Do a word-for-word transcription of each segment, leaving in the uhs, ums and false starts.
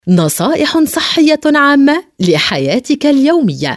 نصائح صحية عامة لحياتك اليومية.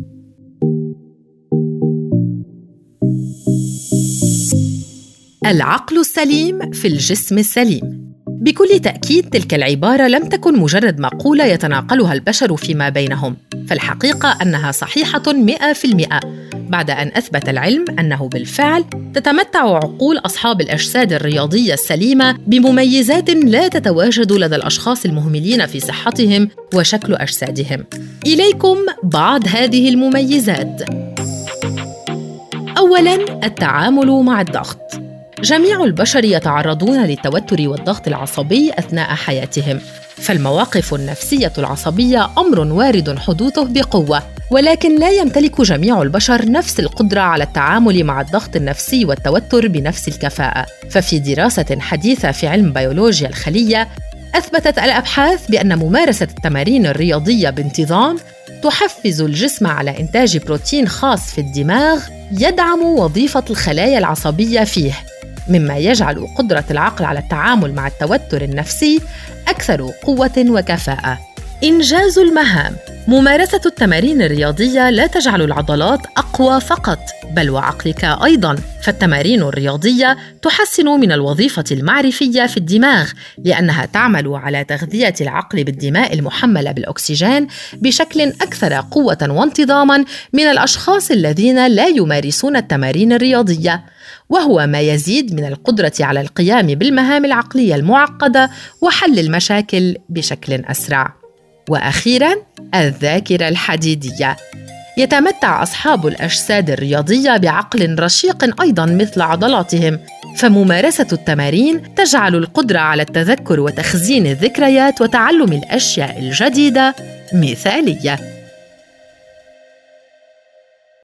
العقل السليم في الجسم السليم. بكل تأكيد تلك العبارة لم تكن مجرد مقولة يتناقلها البشر فيما بينهم، فالحقيقة أنها صحيحة مئة في المئة بعد أن أثبت العلم أنه بالفعل تتمتع عقول أصحاب الأجساد الرياضية السليمة بمميزات لا تتواجد لدى الأشخاص المهملين في صحتهم وشكل أجسادهم. إليكم بعض هذه المميزات. أولاً، التعامل مع الضغط. جميع البشر يتعرضون للتوتر والضغط العصبي أثناء حياتهم، فالمواقف النفسية العصبية أمر وارد حدوثه بقوة، ولكن لا يمتلك جميع البشر نفس القدرة على التعامل مع الضغط النفسي والتوتر بنفس الكفاءة. ففي دراسة حديثة في علم بيولوجيا الخلية، أثبتت الأبحاث بأن ممارسة التمارين الرياضية بانتظام تحفز الجسم على إنتاج بروتين خاص في الدماغ يدعم وظيفة الخلايا العصبية فيه، مما يجعل قدرة العقل على التعامل مع التوتر النفسي أكثر قوة وكفاءة. إنجاز المهام. ممارسة التمارين الرياضية لا تجعل العضلات أقوى فقط، بل وعقلك أيضاً، فالتمارين الرياضية تحسن من الوظيفة المعرفية في الدماغ، لأنها تعمل على تغذية العقل بالدماء المحملة بالأكسجين بشكل أكثر قوة وانتظاماً من الأشخاص الذين لا يمارسون التمارين الرياضية، وهو ما يزيد من القدرة على القيام بالمهام العقلية المعقدة وحل المشاكل بشكل أسرع. وأخيراً، الذاكرة الحديدية. يتمتع أصحاب الأجساد الرياضية بعقل رشيق أيضاً مثل عضلاتهم، فممارسة التمارين تجعل القدرة على التذكر وتخزين الذكريات وتعلم الأشياء الجديدة مثالية.